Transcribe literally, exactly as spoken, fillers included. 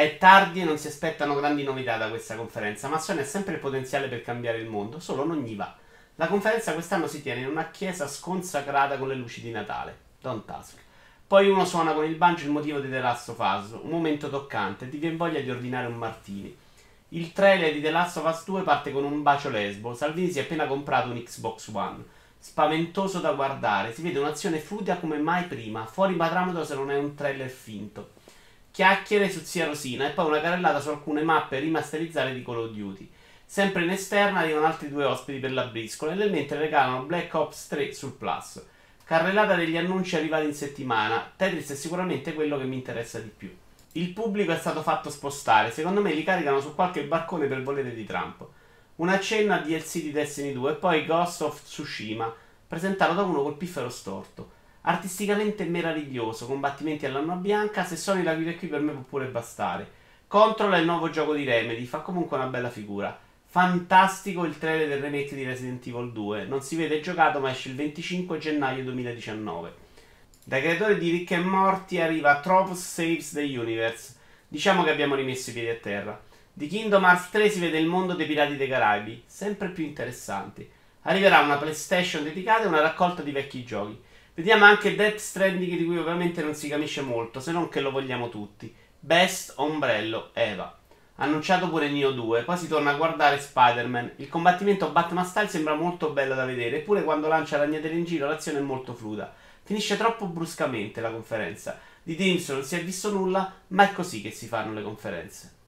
È tardi e non si aspettano grandi novità da questa conferenza, ma Sony ha sempre il potenziale per cambiare il mondo, solo non gli va. La conferenza quest'anno si tiene in una chiesa sconsacrata con le luci di Natale. Don't ask. Poi uno suona con il banjo il motivo di The Last of Us, un momento toccante, ti viene voglia di ordinare un martini. Il trailer di The Last of Us due parte con un bacio lesbo, Salvini si è appena comprato un Xbox One. Spaventoso da guardare, si vede un'azione fluida come mai prima, fuori parametro se non è un trailer finto. Chiacchiere su Zia Rosina e poi una carrellata su alcune mappe rimasterizzate di Call of Duty. Sempre in esterna arrivano altri due ospiti per la briscola e nel mentre regalano Black Ops tre sul Plus. Carrellata degli annunci arrivati in settimana, Tetris è sicuramente quello che mi interessa di più. Il pubblico è stato fatto spostare, secondo me li caricano su qualche barcone per volere di Trump. Un accenno a D L C di Destiny due e poi Ghost of Tsushima, presentato da uno col piffero storto. Artisticamente meraviglioso, combattimenti all'arma bianca, se Sony la chiude qui per me può pure bastare. Control è il nuovo gioco di Remedy, fa comunque una bella figura. Fantastico il trailer del remake di Resident Evil due, non si vede giocato ma esce il venticinque gennaio duemiladiciannove. Dai creatori di Rick e Morty arriva Tropos Saves the Universe, diciamo che abbiamo rimesso i piedi a terra. Di Kingdom Hearts tre si vede il mondo dei pirati dei Caraibi, sempre più interessanti. Arriverà una PlayStation dedicata e una raccolta di vecchi giochi. Vediamo anche Death Stranding di cui ovviamente non si capisce molto, se non che lo vogliamo tutti. Best Ombrello Eva. Annunciato pure Nioh due, poi si torna a guardare Spider-Man. Il combattimento Batman Style sembra molto bello da vedere, eppure quando lancia ragnatele in giro l'azione è molto fluida. Finisce troppo bruscamente la conferenza. Di Dreams non si è visto nulla, ma è così che si fanno le conferenze.